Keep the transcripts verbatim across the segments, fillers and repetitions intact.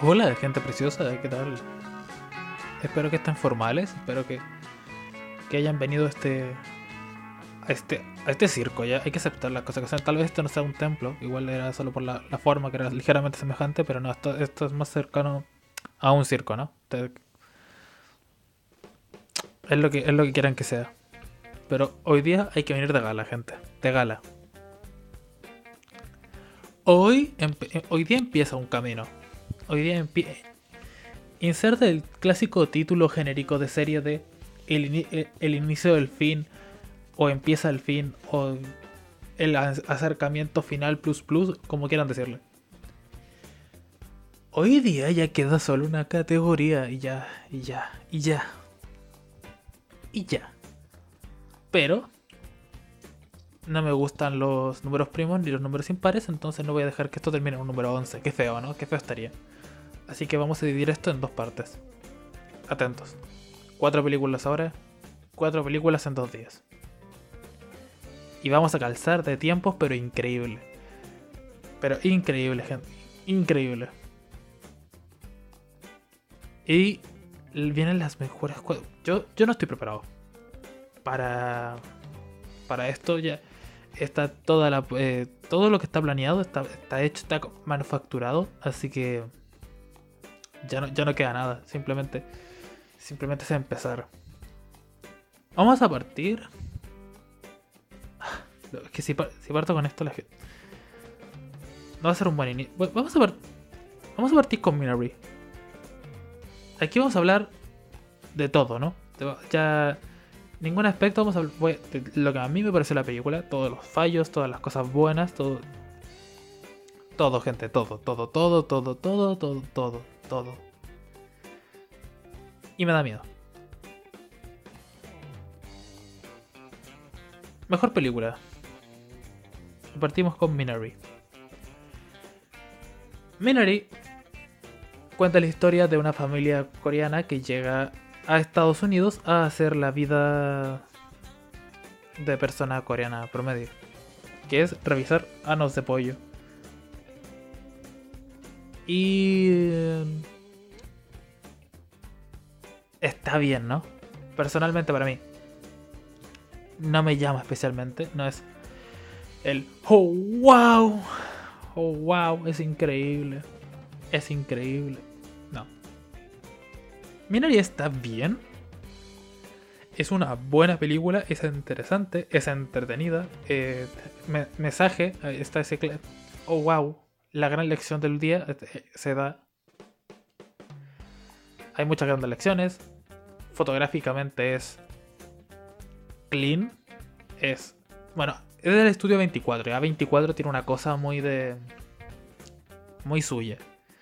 Hola, gente preciosa, ¿qué tal? Espero que estén formales, espero que, que hayan venido a este, a este a este circo, ya hay que aceptar las cosas que son. Tal vez esto no sea un templo, igual era solo por la, la forma que era ligeramente semejante, pero no, esto, esto es más cercano a un circo, ¿no? Te- Es lo que, es lo que quieran que sea. Pero hoy día hay que venir de gala, gente, de gala. Hoy, empe- eh, hoy día empieza un camino. Hoy día empieza. Inserta el clásico título genérico de serie de el, ini- el- el inicio del fin, o empieza el fin, o el ac- acercamiento final plus plus, como quieran decirle. Hoy día ya queda solo una categoría y ya, y ya, y ya, y ya. Pero no me gustan los números primos ni los números impares, entonces no voy a dejar que esto termine en un número once. Qué feo, ¿no? Qué feo estaría. Así que vamos a dividir esto en dos partes. Atentos. Cuatro películas ahora, cuatro películas en dos días. Y vamos a calzar de tiempos, pero increíble. Pero increíble, gente. Increíble. Y vienen las mejores cosas. Yo, yo no estoy preparado para, para esto. Ya está toda la, eh, todo lo que está planeado, está, está hecho, está manufacturado. Así que ya no, ya no queda nada. Simplemente, simplemente es empezar. Vamos a partir. Es que si, si parto con esto, la gente no va a ser un buen inicio. Vamos a, part, vamos a partir con Minari. Aquí vamos a hablar de todo, ¿no? Ya ningún aspecto vamos a hablar de lo que a mí me pareció la película, todos los fallos, todas las cosas buenas, todo todo, gente, todo, todo, todo, todo, todo, todo, todo, todo. Y me da miedo. Mejor película. Partimos con Minari. Minari cuenta la historia de una familia coreana que llega a Estados Unidos a hacer la vida de persona coreana promedio, que es revisar anos de pollo. Y está bien, ¿no? Personalmente para mí no me llama especialmente, no es el oh wow, oh wow, es increíble, es increíble. No. Minari está bien. Es una buena película, es interesante, es entretenida. Eh, me, mensaje, está ese. Oh wow, la gran lección del día eh, se da. Hay muchas grandes lecciones. Fotográficamente es clean. Es. Bueno, es del estudio veinticuatro. Ya veinticuatro tiene una cosa muy de. Muy suya.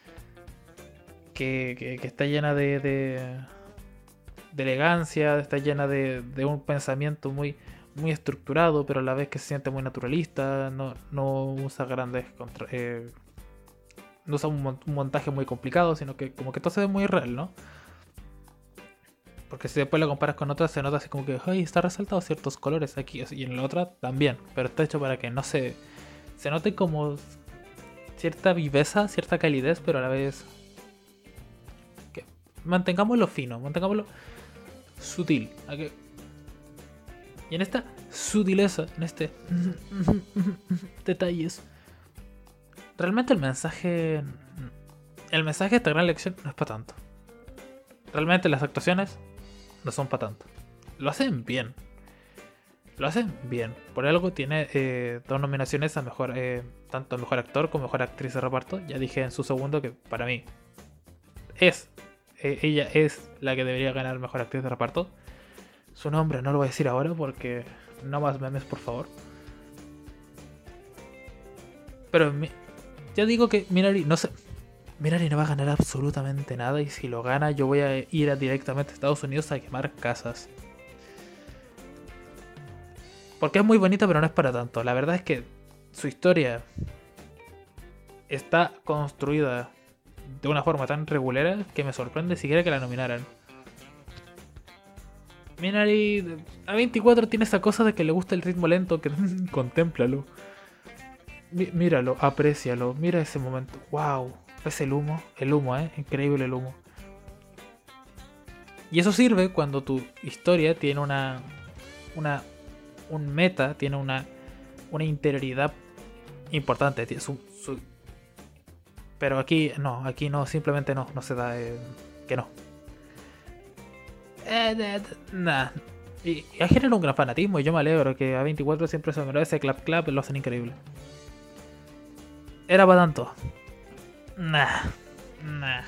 Que, que, que está llena de, de. de elegancia, está llena de, de un pensamiento muy, muy estructurado, pero a la vez que se siente muy naturalista, no, no usa grandes contra, eh, no usa un, un montaje muy complicado, sino que como que todo se ve muy real, ¿no? Porque si después lo comparas con otras, se nota así como que, ay, está resaltado ciertos colores aquí, y en la otra también, pero está hecho para que no se, se note como cierta viveza, cierta calidez, pero a la vez que mantengámoslo fino, mantengámoslo sutil. Y en esta sutileza, en este detalles, realmente el mensaje, el mensaje de esta gran lección no es para tanto. Realmente las actuaciones no son para tanto. Lo hacen bien. Lo hacen bien. Por algo tiene eh, dos nominaciones a mejor, eh, tanto a mejor actor como mejor actriz de reparto. Ya dije en su segundo que para mí es, eh, ella es la que debería ganar mejor actriz de reparto. Su nombre no lo voy a decir ahora porque no más memes, por favor. Pero mi, ya digo que Minari no sé. Minari no va a ganar absolutamente nada. Y si lo gana, yo voy a ir a directamente a Estados Unidos a quemar casas. Porque es muy bonita, pero no es para tanto. La verdad es que su historia está construida de una forma tan regulera que me sorprende siquiera que la nominaran. Minari A veinticuatro tiene esa cosa de que le gusta el ritmo lento, que contémplalo. Míralo, aprécialo, mira ese momento. Wow. ¿Ves el humo? El humo, ¿eh? Increíble el humo. Y eso sirve cuando tu historia tiene una... una un meta, tiene una, una interioridad importante. Tiene su, su... Pero aquí no, aquí no, simplemente no, no se da... Eh, que no. Eh, eh, nah. Y, y ha generado un gran fanatismo y yo me alegro que A veinticuatro siempre se me ese clap clap, lo hacen increíble. ¿Era para tanto? Nah, nah.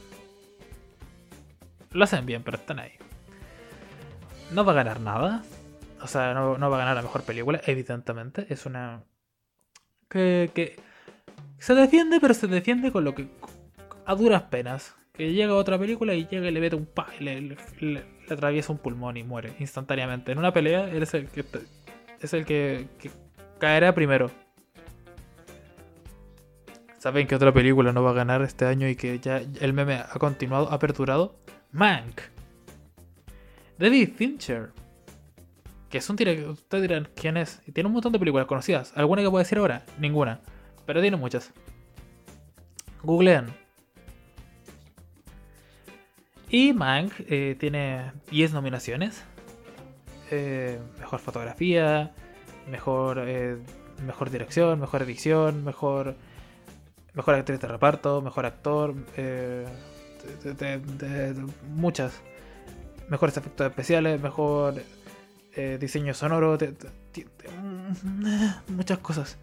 Lo hacen bien, pero están ahí. No va a ganar nada. O sea, no, no va a ganar la mejor película, evidentemente. Es una... Que, que se defiende, pero se defiende con lo que... a duras penas. Que llega otra película y llega y le mete un pa y le, le, le, le atraviesa un pulmón y muere instantáneamente. En una pelea, él es el que, es el que, que caerá primero. ¿Saben que otra película no va a ganar este año y que ya el meme ha continuado, ha perdurado? Mank. David Fincher. Que es un director, ustedes dirán quién es. Y tiene un montón de películas conocidas. ¿Alguna que puedo decir ahora? Ninguna. Pero tiene muchas. Googlean. Y Mank eh, tiene diez nominaciones. Eh, mejor fotografía, mejor, eh, mejor dirección, mejor edición, mejor, mejor actriz de reparto, mejor actor, eh, de, de, de, de muchas. Mejores efectos especiales, mejor eh, diseño sonoro, de, de, de, de, muchas cosas.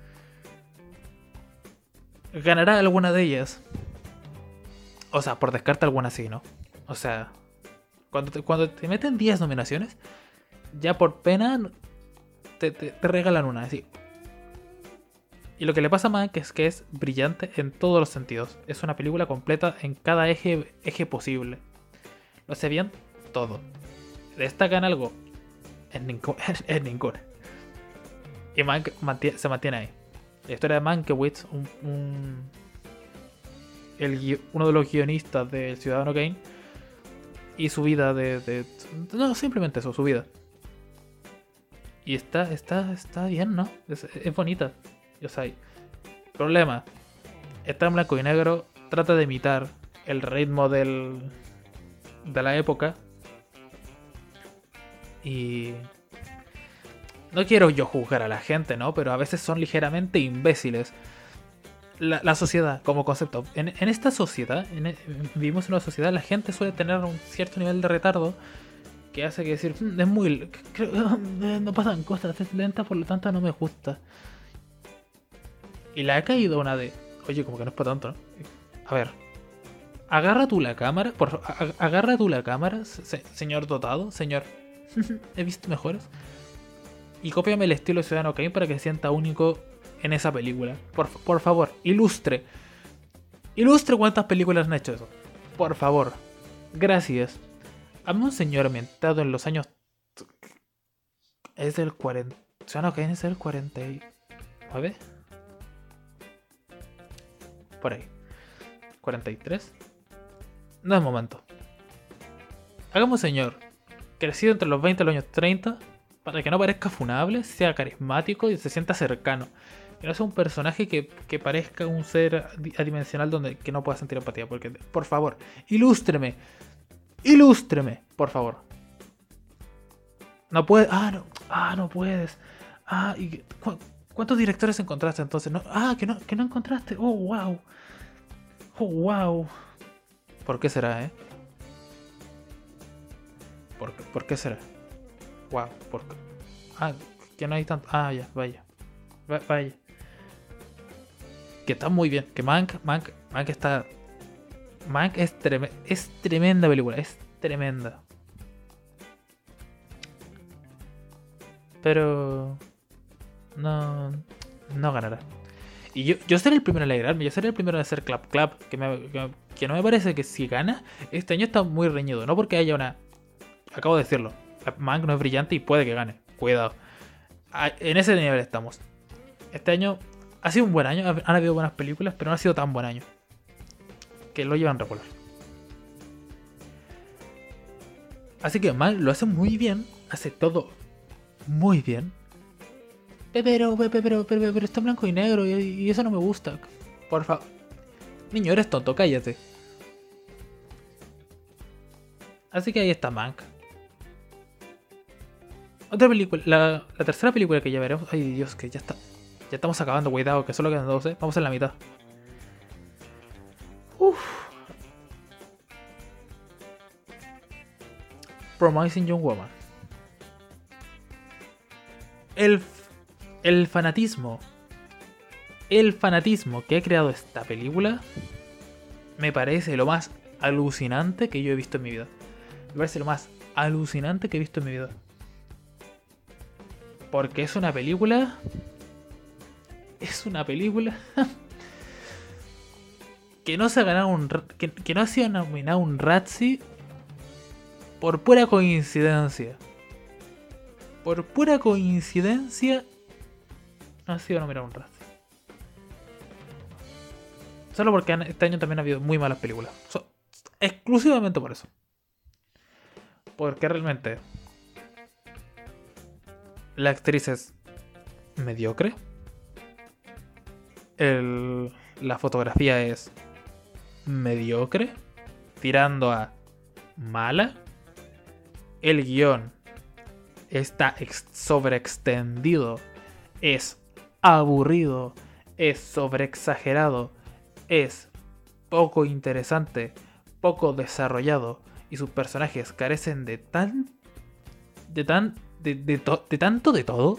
¿Ganará alguna de ellas? O sea, por descarte alguna sí, ¿no? O sea, cuando te, cuando te meten diez nominaciones, ya por pena te, te, te regalan una, así. Y lo que le pasa a Mank es que es brillante en todos los sentidos. Es una película completa en cada eje, eje posible. Lo hace bien todo. ¿Destacan algo? En, ningún, en ninguna. Y Mank mantiene, se mantiene ahí. La historia de Mankiewicz, un, un, el, uno de los guionistas del Ciudadano Kane, y su vida de, de... No, simplemente eso, su vida. Y está, está, está bien, ¿no? Es, es bonita. O sea, problema. Está en blanco y negro. Trata de imitar el ritmo del, de la época. Y... no quiero yo juzgar a la gente, ¿no? Pero a veces son ligeramente imbéciles. La, la sociedad, como concepto. En, en esta sociedad, en, vivimos en una sociedad, la gente suele tener un cierto nivel de retardo que hace que decir, mmm, es muy... no pasan cosas, es lenta, por lo tanto no me gusta. Y le ha caído una de... oye, como que no es para tanto, ¿no? A ver. Agarra tú la cámara, por favor, agarra tú la cámara, se, señor dotado, señor... he visto mejores. Y cópiame el estilo de Ciudadano Kane para que se sienta único en esa película. Por, por favor, ilustre. Ilustre cuántas películas han hecho eso. Por favor. Gracias. Hazme un señor ambientado en los años... es del cuarenta... Ciudadano Kane es del cuarenta y nueve. Por ahí. cuarenta y tres. No es momento. Hagamos un señor crecido entre los veinte y los años treinta, para que no parezca funable, sea carismático y se sienta cercano. Que no sea un personaje que, que parezca un ser adimensional donde que no pueda sentir empatía. Porque, por favor, ilústreme. Ilústreme, por favor. No puedes. Ah, no. Ah, no puedes. Ah, y ¿cu ¿cuántos directores encontraste entonces? No, ah, que no, que no encontraste. Oh, wow. Oh, wow. ¿Por qué será, eh? ¿Por, ¿por qué será? Wow, ¿por qué? Ah, que no hay tanto. Ah, ya, vaya. Va, vaya. Que está muy bien. Que Mank, Mank, Mank está. Mank es, trem es tremenda película. Es tremenda. Pero. No. No ganará. Y yo, yo seré el primero en alegrarme. Yo seré el primero en hacer clap clap. Que, me, que, que no me parece que si gana. Este año está muy reñido. No porque haya una. Acabo de decirlo. Mank no es brillante y puede que gane. Cuidado. En ese nivel estamos. Este año ha sido un buen año. Han habido buenas películas, pero no ha sido tan buen año. Que lo llevan regular. Así que Mank lo hace muy bien. Hace todo muy bien. Pero, pero, pero, pero, pero, pero está en blanco y negro y, y eso no me gusta. Por favor. Niño, eres tonto, cállate. Así que ahí está Mank. Otra película, la, la tercera película que ya veremos. Ay Dios, que ya está. Ya estamos acabando, cuidado, que solo quedan doce. Vamos en la mitad. Uff. Promising Young Woman. El, el fanatismo. El fanatismo que ha creado esta película me parece lo más alucinante que yo he visto en mi vida. Me parece lo más alucinante que he visto en mi vida. Porque es una película... Es una película... que no se ha ganado un... Que, que no ha sido nominado un Razzie por pura coincidencia. Por pura coincidencia no ha sido nominado un Razzie. Solo porque este año también ha habido muy malas películas. So, exclusivamente por eso. Porque realmente la actriz es mediocre. El, la fotografía es mediocre, tirando a mala. El guión está ex- sobreextendido, es aburrido, es sobreexagerado, es poco interesante, poco desarrollado, y sus personajes carecen de tan... de tan... de, de, to, de tanto de todo,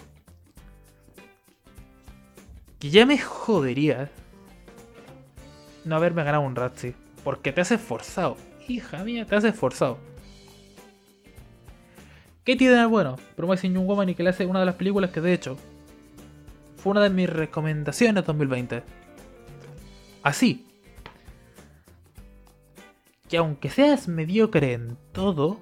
que ya me jodería no haberme ganado un Razzie, porque te has esforzado, hija mía, te has esforzado. ¿Qué tiene de bueno? Promising Young Woman, y que le hace una de las películas que de hecho fue una de mis recomendaciones dos mil veinte. Así que aunque seas mediocre en todo,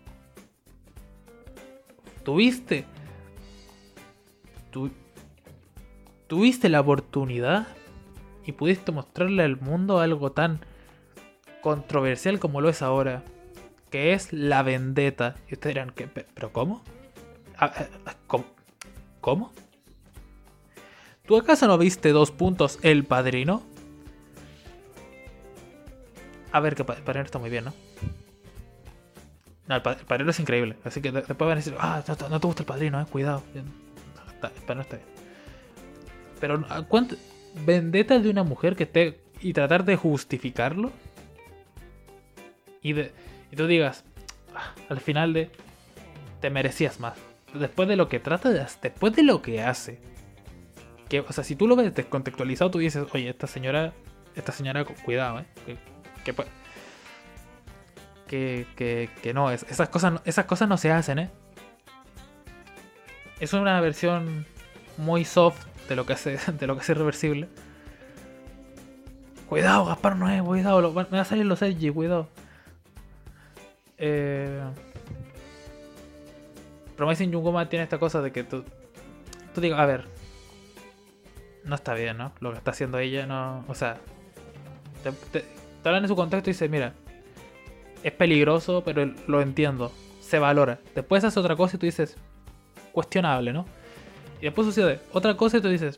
tuviste tu, tuviste la oportunidad y pudiste mostrarle al mundo algo tan controversial como lo es ahora, que es la vendetta. Y ustedes dirán, ¿qué? ¿Pero cómo? ¿Cómo? ¿Cómo? ¿Tú acaso no viste dos puntos El Padrino? A ver, que El Padrino está muy bien, ¿no? No, el, pa el Padrino es increíble. Así que después van a decir, ah, no, no te gusta El Padrino, eh, cuidado. Está, el Padrino está bien. Pero, ¿cuánto? Vendetta de una mujer que esté... y tratar de justificarlo. Y, de, y tú digas, ah, al final de... te merecías más. Después de lo que trata de hacer, después de lo que hace. Que, o sea, si tú lo ves descontextualizado, tú dices, oye, esta señora... Esta señora, cuidado, eh. Que, que, que, que, que no, es, esas, cosas, esas cosas no se hacen, eh. Es una versión muy soft de lo que hace, de lo que hace Irreversible. Cuidado, Gaspar Noé, cuidado, lo, me va a salir los edgy, cuidado. Eh, Promising Young Woman tiene esta cosa de que tú, tú digas, a ver, no está bien, ¿no? Lo que está haciendo ella, no, o sea, te, te, te hablan en su contexto y dices, mira, es peligroso, pero lo entiendo, se valora. Después hace otra cosa y tú dices, cuestionable, ¿no? Y después sucede otra cosa y tú dices,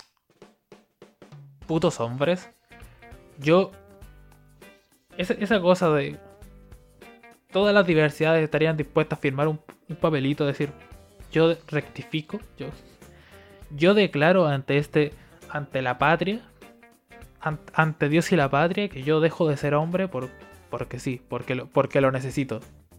putos hombres. Yo, esa, esa cosa de todas las diversidades estarían dispuestas a firmar un, un papelito, decir, yo rectifico, yo, yo declaro ante este, ante la patria, ante, ante Dios y la patria, que yo dejo de ser hombre por, porque sí, porque lo, porque lo necesito.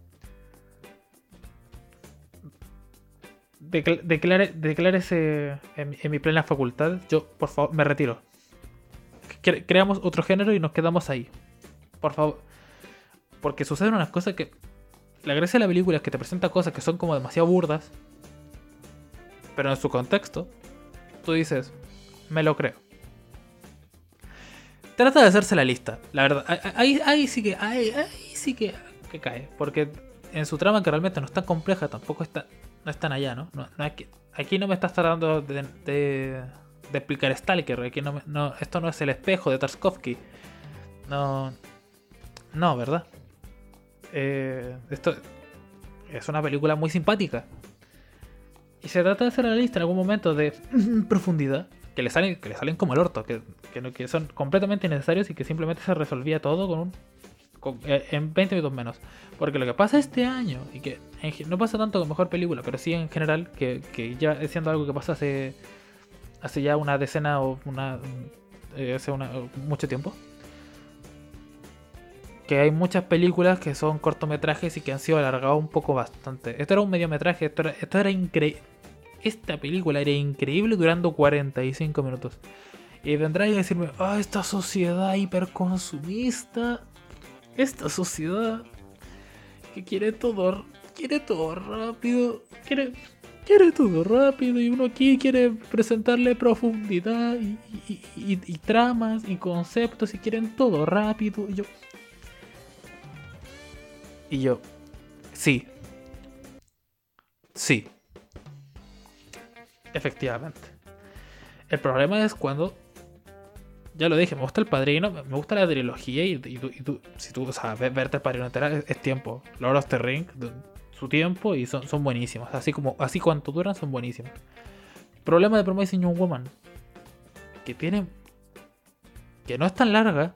Declare, declárese en, en mi plena facultad. Yo, por favor, me retiro. Cre creamos otro género y nos quedamos ahí. Por favor. Porque suceden unas cosas que... La gracia de la película es que te presenta cosas que son como demasiado burdas. Pero en su contexto, tú dices, me lo creo. Trata de hacerse la lista. La verdad, ahí, ahí sí que... Ahí, ahí sí que, que cae. Porque en su trama, que realmente no es tan compleja, tampoco está... No están allá, ¿no? no, no aquí, aquí no me estás tratando de, de, de explicar Stalker. Aquí no, me, no Esto no es El espejo de Tarkovsky. No. No, ¿verdad? Eh, esto es una película muy simpática. Y se trata de hacer la lista en algún momento de profundidad. que le salen, que le salen como el orto, que, que, no- que son completamente innecesarios y que simplemente se resolvía todo con un con- eh, en veinte minutos menos. Porque lo que pasa este año, y que en ge- no pasa tanto con mejor película, pero sí en general, que, que ya es siendo algo que pasa hace, hace ya una decena o una eh, hace una, mucho tiempo. Que hay muchas películas que son cortometrajes y que han sido alargados un poco bastante. Esto era un mediometraje, esto era, esto era increíble. Esta película era increíble durando cuarenta y cinco minutos. Y vendrá a decirme, ah, esta sociedad hiperconsumista, esta sociedad que quiere todo, quiere todo rápido, quiere, quiere todo rápido y uno aquí quiere presentarle profundidad y, y, y, y tramas y conceptos y quieren todo rápido. Y yo, y yo, sí, sí, efectivamente. El problema es cuando, ya lo dije, me gusta El Padrino, me gusta la trilogía y, y, tú, y tú, si tú, o sea, ve- verte El Padrino entera es, es tiempo. Lord of the Rings, de- su tiempo y son, son buenísimos. Así como, así cuanto duran son buenísimos. Problema de Promising Young Woman, que tiene, que no es tan larga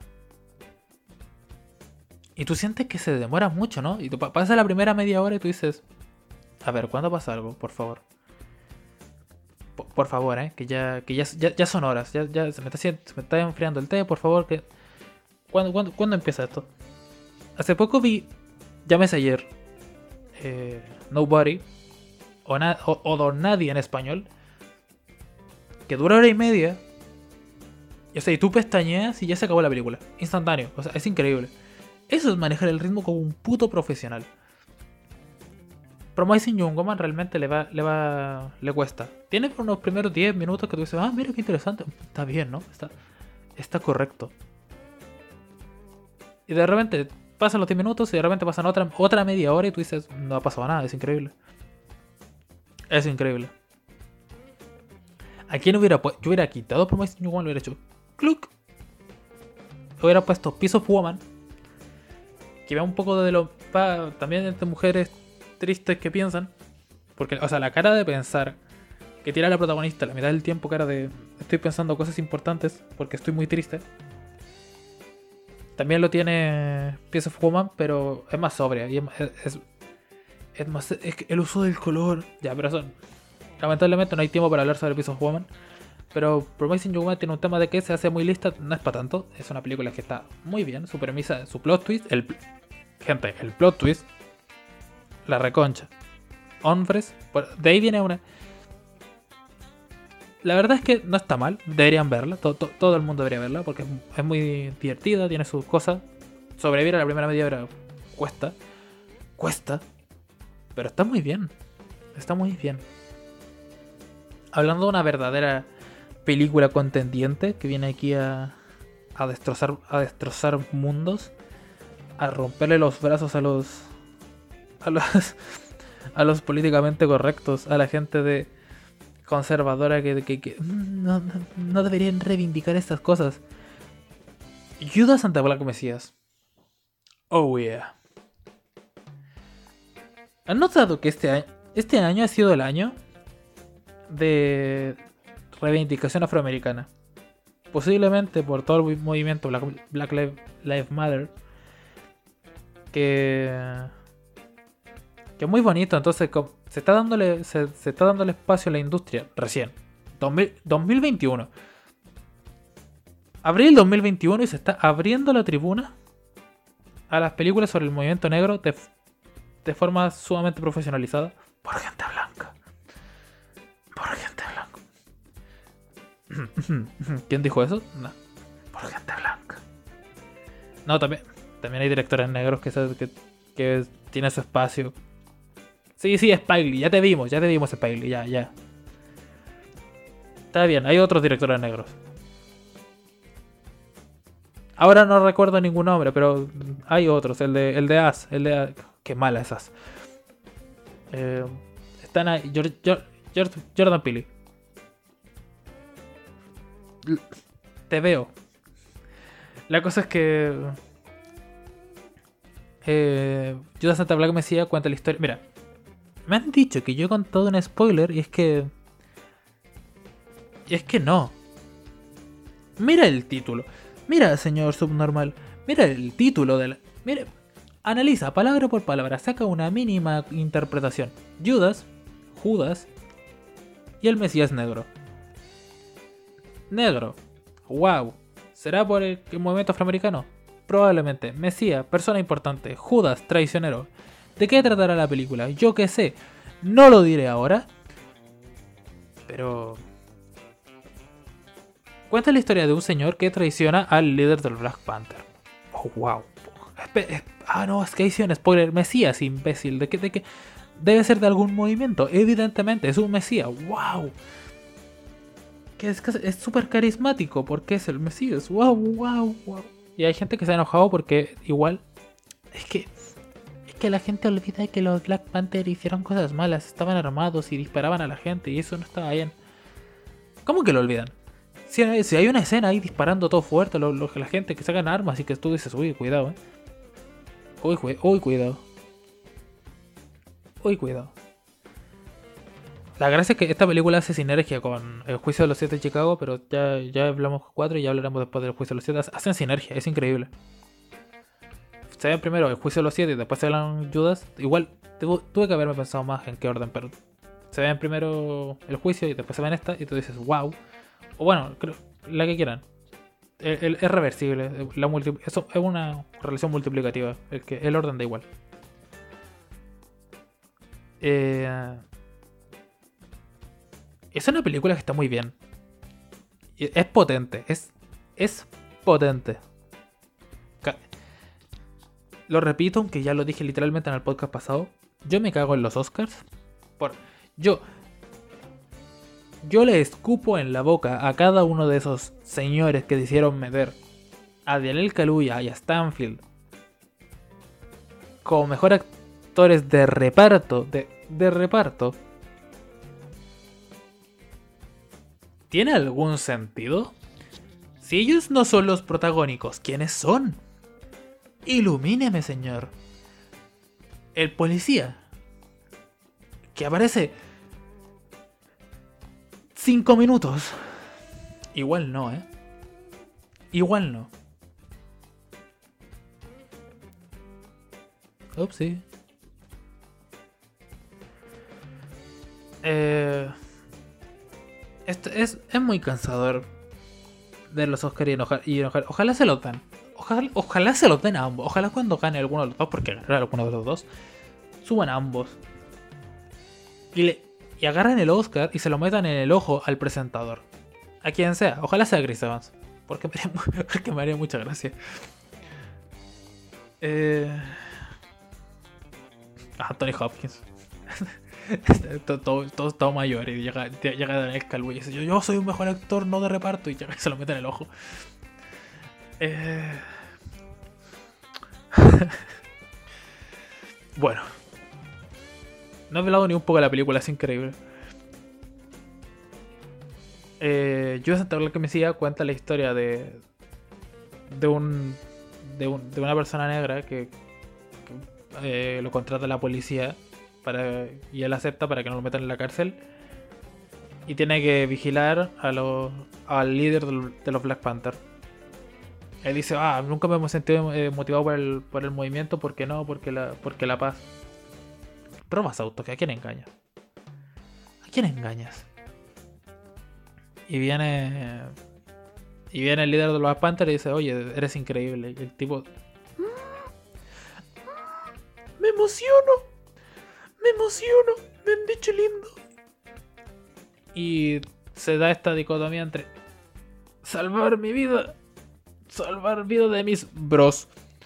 y tú sientes que se demora mucho, ¿no? Y tú pa- pasa la primera media hora y tú dices, a ver, ¿cuándo pasa algo? Por favor. Por, por favor, ¿eh? Que ya, que ya, ya, ya son horas, ya, ya se me está, haciendo- se me está enfriando el té, por favor, que... ¿Cuándo, cuándo, cuándo empieza esto? Hace poco vi, llámese ayer, eh, Nobody, o, na- o, o Don Nadie en español, que dura hora y media. Y, o sea, y tú pestañeas y ya se acabó la película. Instantáneo. O sea, es increíble. Eso es manejar el ritmo como un puto profesional. Promising Young Woman realmente le va, le va, le cuesta. Tiene unos primeros diez minutos que tú dices, ah, mira qué interesante. Está bien, ¿no? Está, está correcto. Y de repente pasan los diez minutos y de repente pasan otra, otra media hora y tú dices, no ha pasado nada, es increíble. Es increíble. ¿A quién hubiera puesto? Yo hubiera quitado Promising Young Woman, lo hubiera hecho cluck. Hubiera puesto Piece of Woman, que vea un poco de lo. Pa, también entre mujeres tristes que piensan. Porque, o sea, la cara de pensar que tira la protagonista la mitad del tiempo, cara de estoy pensando cosas importantes porque estoy muy triste. También lo tiene Piece of Woman, pero es más sobria. Y es, es, es más. Es que el uso del color. Ya, pero eso. Lamentablemente no hay tiempo para hablar sobre Piece of Woman. Pero Promising Young Woman tiene un tema de que se hace muy lista, no es para tanto. Es una película que está muy bien. Su premisa, su plot twist, el gente, el plot twist, la reconcha. Hombres, de ahí viene una. La verdad es que no está mal, deberían verla, todo, todo, todo el mundo debería verla porque es, es muy divertida, tiene sus cosas. Sobrevivir a la primera media hora cuesta, cuesta, pero está muy bien, está muy bien. Hablando de una verdadera película contendiente que viene aquí a, a destrozar a destrozar mundos, a romperle los brazos a los a los a los políticamente correctos, a la gente de conservadora que, que, que no, no, no deberían reivindicar estas cosas. Judas and the Black Messiah. Oh yeah. ¿Han notado que este año este año ha sido el año de reivindicación afroamericana? Posiblemente por todo el movimiento Black, Black Lives Matter, que que es muy bonito. Entonces se está dándole se, se está dándole espacio a la industria recién dos mil, dos mil veintiuno, abril dos mil veintiuno, y se está abriendo la tribuna a las películas sobre el movimiento negro de, de forma sumamente profesionalizada por gente blanca, por gente blanca. ¿Quién dijo eso? No, por gente blanca. No, también también hay directores negros que, que, que tienen su espacio. Sí, sí, Spike Lee, ya te vimos, ya te vimos Spike Lee, ya, ya. Está bien, hay otros directores negros. Ahora no recuerdo ningún nombre, pero hay otros, el de el de As, el de As. Qué mala es As. Eh, están ahí, Jordan Peele. Te veo. La cosa es que eh, Judas and the Black Messiah cuenta la historia. Mira, me han dicho que yo he contado un spoiler y es que... Y es que no. Mira el título. Mira, señor subnormal. Mira el título de la... Mira, analiza palabra por palabra. Saca una mínima interpretación. Judas, Judas y el Mesías negro. Negro. Wow. ¿Será por el, el movimiento afroamericano? Probablemente. Mesías, persona importante. Judas, traicionero. ¿De qué tratará la película? Yo qué sé. No lo diré ahora. Pero... cuenta la historia de un señor que traiciona al líder del Black Panther. Oh, wow. Ah, no, es que hice un spoiler. Mesías, imbécil. ¿De qué, de qué? Debe ser de algún movimiento. Evidentemente, es un Mesías. Wow. Que es súper carismático porque es el Mesías. Wow, wow, wow. Y hay gente que se ha enojado porque igual... Es que... Es que la gente olvida que los Black Panther hicieron cosas malas. Estaban armados y disparaban a la gente y eso no estaba bien. ¿Cómo que lo olvidan? Si hay, si hay una escena ahí disparando todo fuerte, lo, lo, la gente que sacan armas y que tú dices, uy, cuidado, eh. Uy, uy, uy, cuidado. Uy, cuidado. La gracia es que esta película hace sinergia con El Juicio de los Siete de Chicago, pero ya, ya hablamos cuatro y ya hablaremos después del Juicio de los Siete. Hacen sinergia, es increíble. Se ven primero El Juicio de los Siete y después se hablan Judas. Igual tuve, tuve que haberme pensado más en qué orden, pero se ven primero El Juicio y después se ven esta y tú dices, wow. O bueno, creo, la que quieran. El, el, es reversible. La multi, eso es una relación multiplicativa. El, que, el orden da igual. Eh, es una película que está muy bien. Es potente. Es, es potente. Lo repito, aunque ya lo dije literalmente en el podcast pasado. Yo me cago en los Oscars. Por, yo... Yo le escupo en la boca a cada uno de esos señores que hicieron meter a Daniel Kaluuya y a Stanfield como mejor actores de reparto. De, de reparto. ¿Tiene algún sentido? Si ellos no son los protagónicos, ¿quiénes son? Ilumíneme, señor. El policía que aparece cinco minutos. Igual no, ¿eh? Igual no. Ups, sí. Eh, esto es, es muy cansador de los Oscar y enojar, y enojar. Ojalá se los den. Ojalá, ojalá se los den a ambos. Ojalá cuando gane alguno de los dos, porque ganará alguno de los dos, suban a ambos. Y, le, y agarren el Oscar y se lo metan en el ojo al presentador. A quien sea. Ojalá sea Chris Evans. Porque me haría, porque me haría mucha gracia. Eh... Ah, Tony Hopkins. todo, todo, todo, todo mayor y llega, llega Daniel Kaluuya y dice, yo, yo soy un mejor actor, no de reparto, y llega y se lo mete en el ojo. Eh... bueno, no he hablado ni un poco de la película, es increíble. eh, Yo Santa Blanca Mesía cuenta la historia de de un de, un, de una persona negra que, que eh, lo contrata la policía para, y él acepta para que no lo metan en la cárcel y tiene que vigilar a los, al líder de los Black Panther. Él dice, ah, nunca me hemos sentido eh, motivado por el, por el movimiento, porque no, porque la, porque la paz. Robas autos, ¿a quién engañas? ¿A quién engañas? Y viene y viene el líder de los Black Panther y dice, oye, eres increíble. Y el tipo, me emociono, me emociono, me han dicho lindo. Y se da esta dicotomía entre salvar mi vida, salvar vida de mis bros.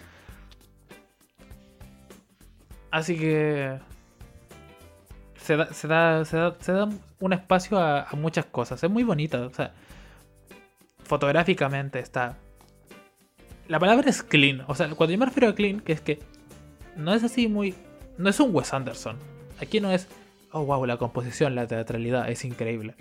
Así que se da, se da, se da, se da un espacio a, a muchas cosas. Es muy bonita, o sea, fotográficamente está. La palabra es clean. O sea, cuando yo me refiero a clean, que es que no es así muy. No es un Wes Anderson. Aquí no es. Oh, wow, la composición, la teatralidad es increíble.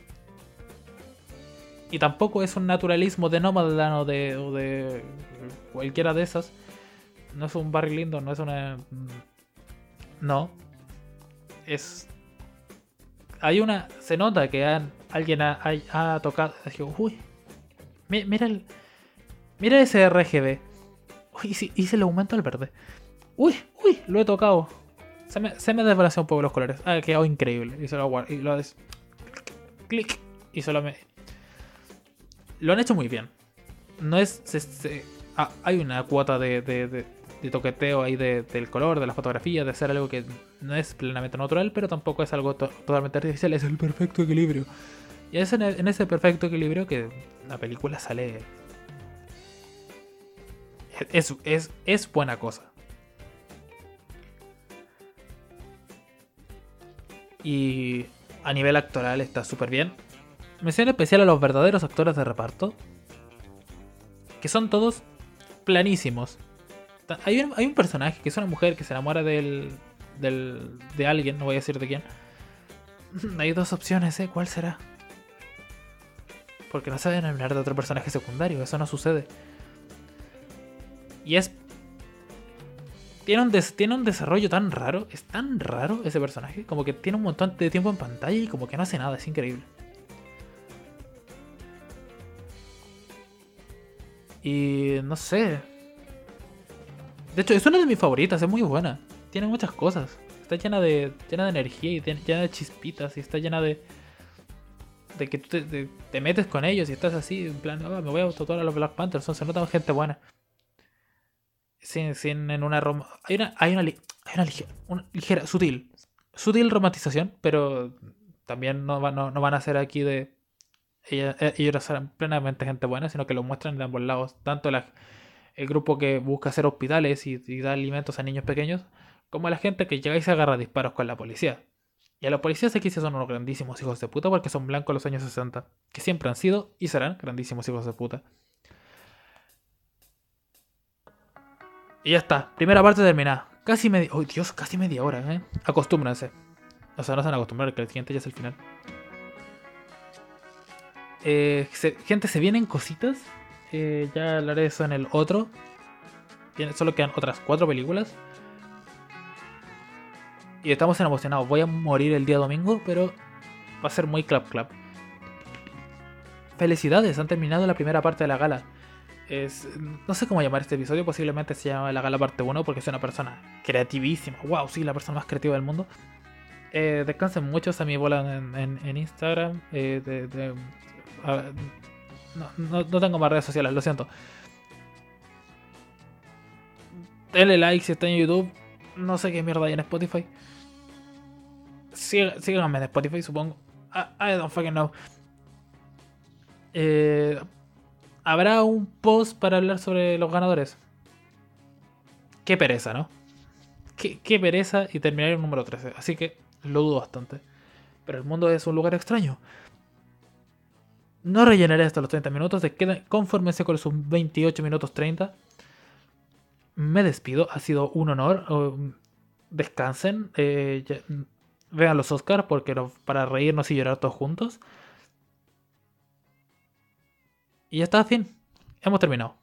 Y tampoco es un naturalismo de Nomadland o de, o de cualquiera de esas. No es un Barry Lyndon, no es una. No. Es. Hay una. Se nota que han, alguien ha, ha, ha tocado. Uy. Mi- Mira el, mira ese R G B. Uy, hice, hice el aumento al verde. Uy, uy, lo he tocado. Se me, se me desbalanceó un poco los colores. Ah, ha quedado increíble. Y se lo guardo. Y lo des... Clic. Y solo me. Lo han hecho muy bien. No es. Se, se... Ah, hay una cuota de, de, de, de toqueteo ahí de, del color, de la fotografía, de hacer algo que no es plenamente natural, pero tampoco es algo to totalmente artificial. Es el perfecto equilibrio. Y es en, el, en ese perfecto equilibrio que la película sale. Es, es, es buena cosa. Y a nivel actoral está súper bien. Mención especial a los verdaderos actores de reparto, que son todos planísimos. Hay un, hay un personaje que es una mujer que se enamora del, del de alguien, no voy a decir de quién. Hay dos opciones, ¿eh? ¿Cuál será? Porque no se deben enamorar de otro personaje secundario, eso no sucede. Y es... Tiene un, des, tiene un desarrollo tan raro, es tan raro ese personaje, como que tiene un montón de tiempo en pantalla y como que no hace nada, es increíble. Y no sé. De hecho, es una de mis favoritas, es muy buena. Tiene muchas cosas. Está llena de, llena de energía y tiene, llena de chispitas y está llena de... De que tú te, te, te metes con ellos y estás así, en plan, oh, me voy a tatuar a los Black Panthers, son, se nota gente buena. Sin, sin en una rom hay una, hay una, li hay una, ligera, una ligera, sutil, sutil romantización, pero también no, va, no, no van a ser aquí de ellos, ellos serán plenamente gente buena, sino que lo muestran de ambos lados, tanto la, el grupo que busca hacer hospitales y, y da alimentos a niños pequeños, como la gente que llega y se agarra a disparos con la policía. Y a los policías aquí sí son unos grandísimos hijos de puta porque son blancos los años sesenta, que siempre han sido y serán grandísimos hijos de puta. Y ya está, primera parte terminada. Casi media... ¡Oh, Dios! Casi media hora, ¿eh? Acostúmbrense. O sea, no se van a acostumbrar, que el siguiente ya es el final. Eh, se... Gente, se vienen cositas. Eh, ya hablaré de eso en el otro. Solo quedan otras cuatro películas. Y estamos emocionados. Voy a morir el día domingo, pero va a ser muy clap clap. Felicidades, han terminado la primera parte de la gala. Es, no sé cómo llamar este episodio, posiblemente se llama la gala parte uno porque es una persona creativísima. Wow, sí, la persona más creativa del mundo. Eh, descansen muchos a mi bola en, en, en Instagram. Eh, de, de, a, no, no, no tengo más redes sociales, lo siento. Denle like si está en YouTube. No sé qué mierda hay en Spotify. Sí, síganme en Spotify, supongo. I, I don't fucking know. Eh, ¿Habrá un post para hablar sobre los ganadores? Qué pereza, ¿no? Qué, qué pereza y terminar en número trece. Así que lo dudo bastante. Pero el mundo es un lugar extraño. No rellenaré hasta los treinta minutos. De quedan, confórmense con sus veintiocho minutos treinta. Me despido. Ha sido un honor. Descansen. Eh, ya, vean los Oscars porque no, para reírnos y llorar todos juntos. Y ya está, fin. Hemos terminado.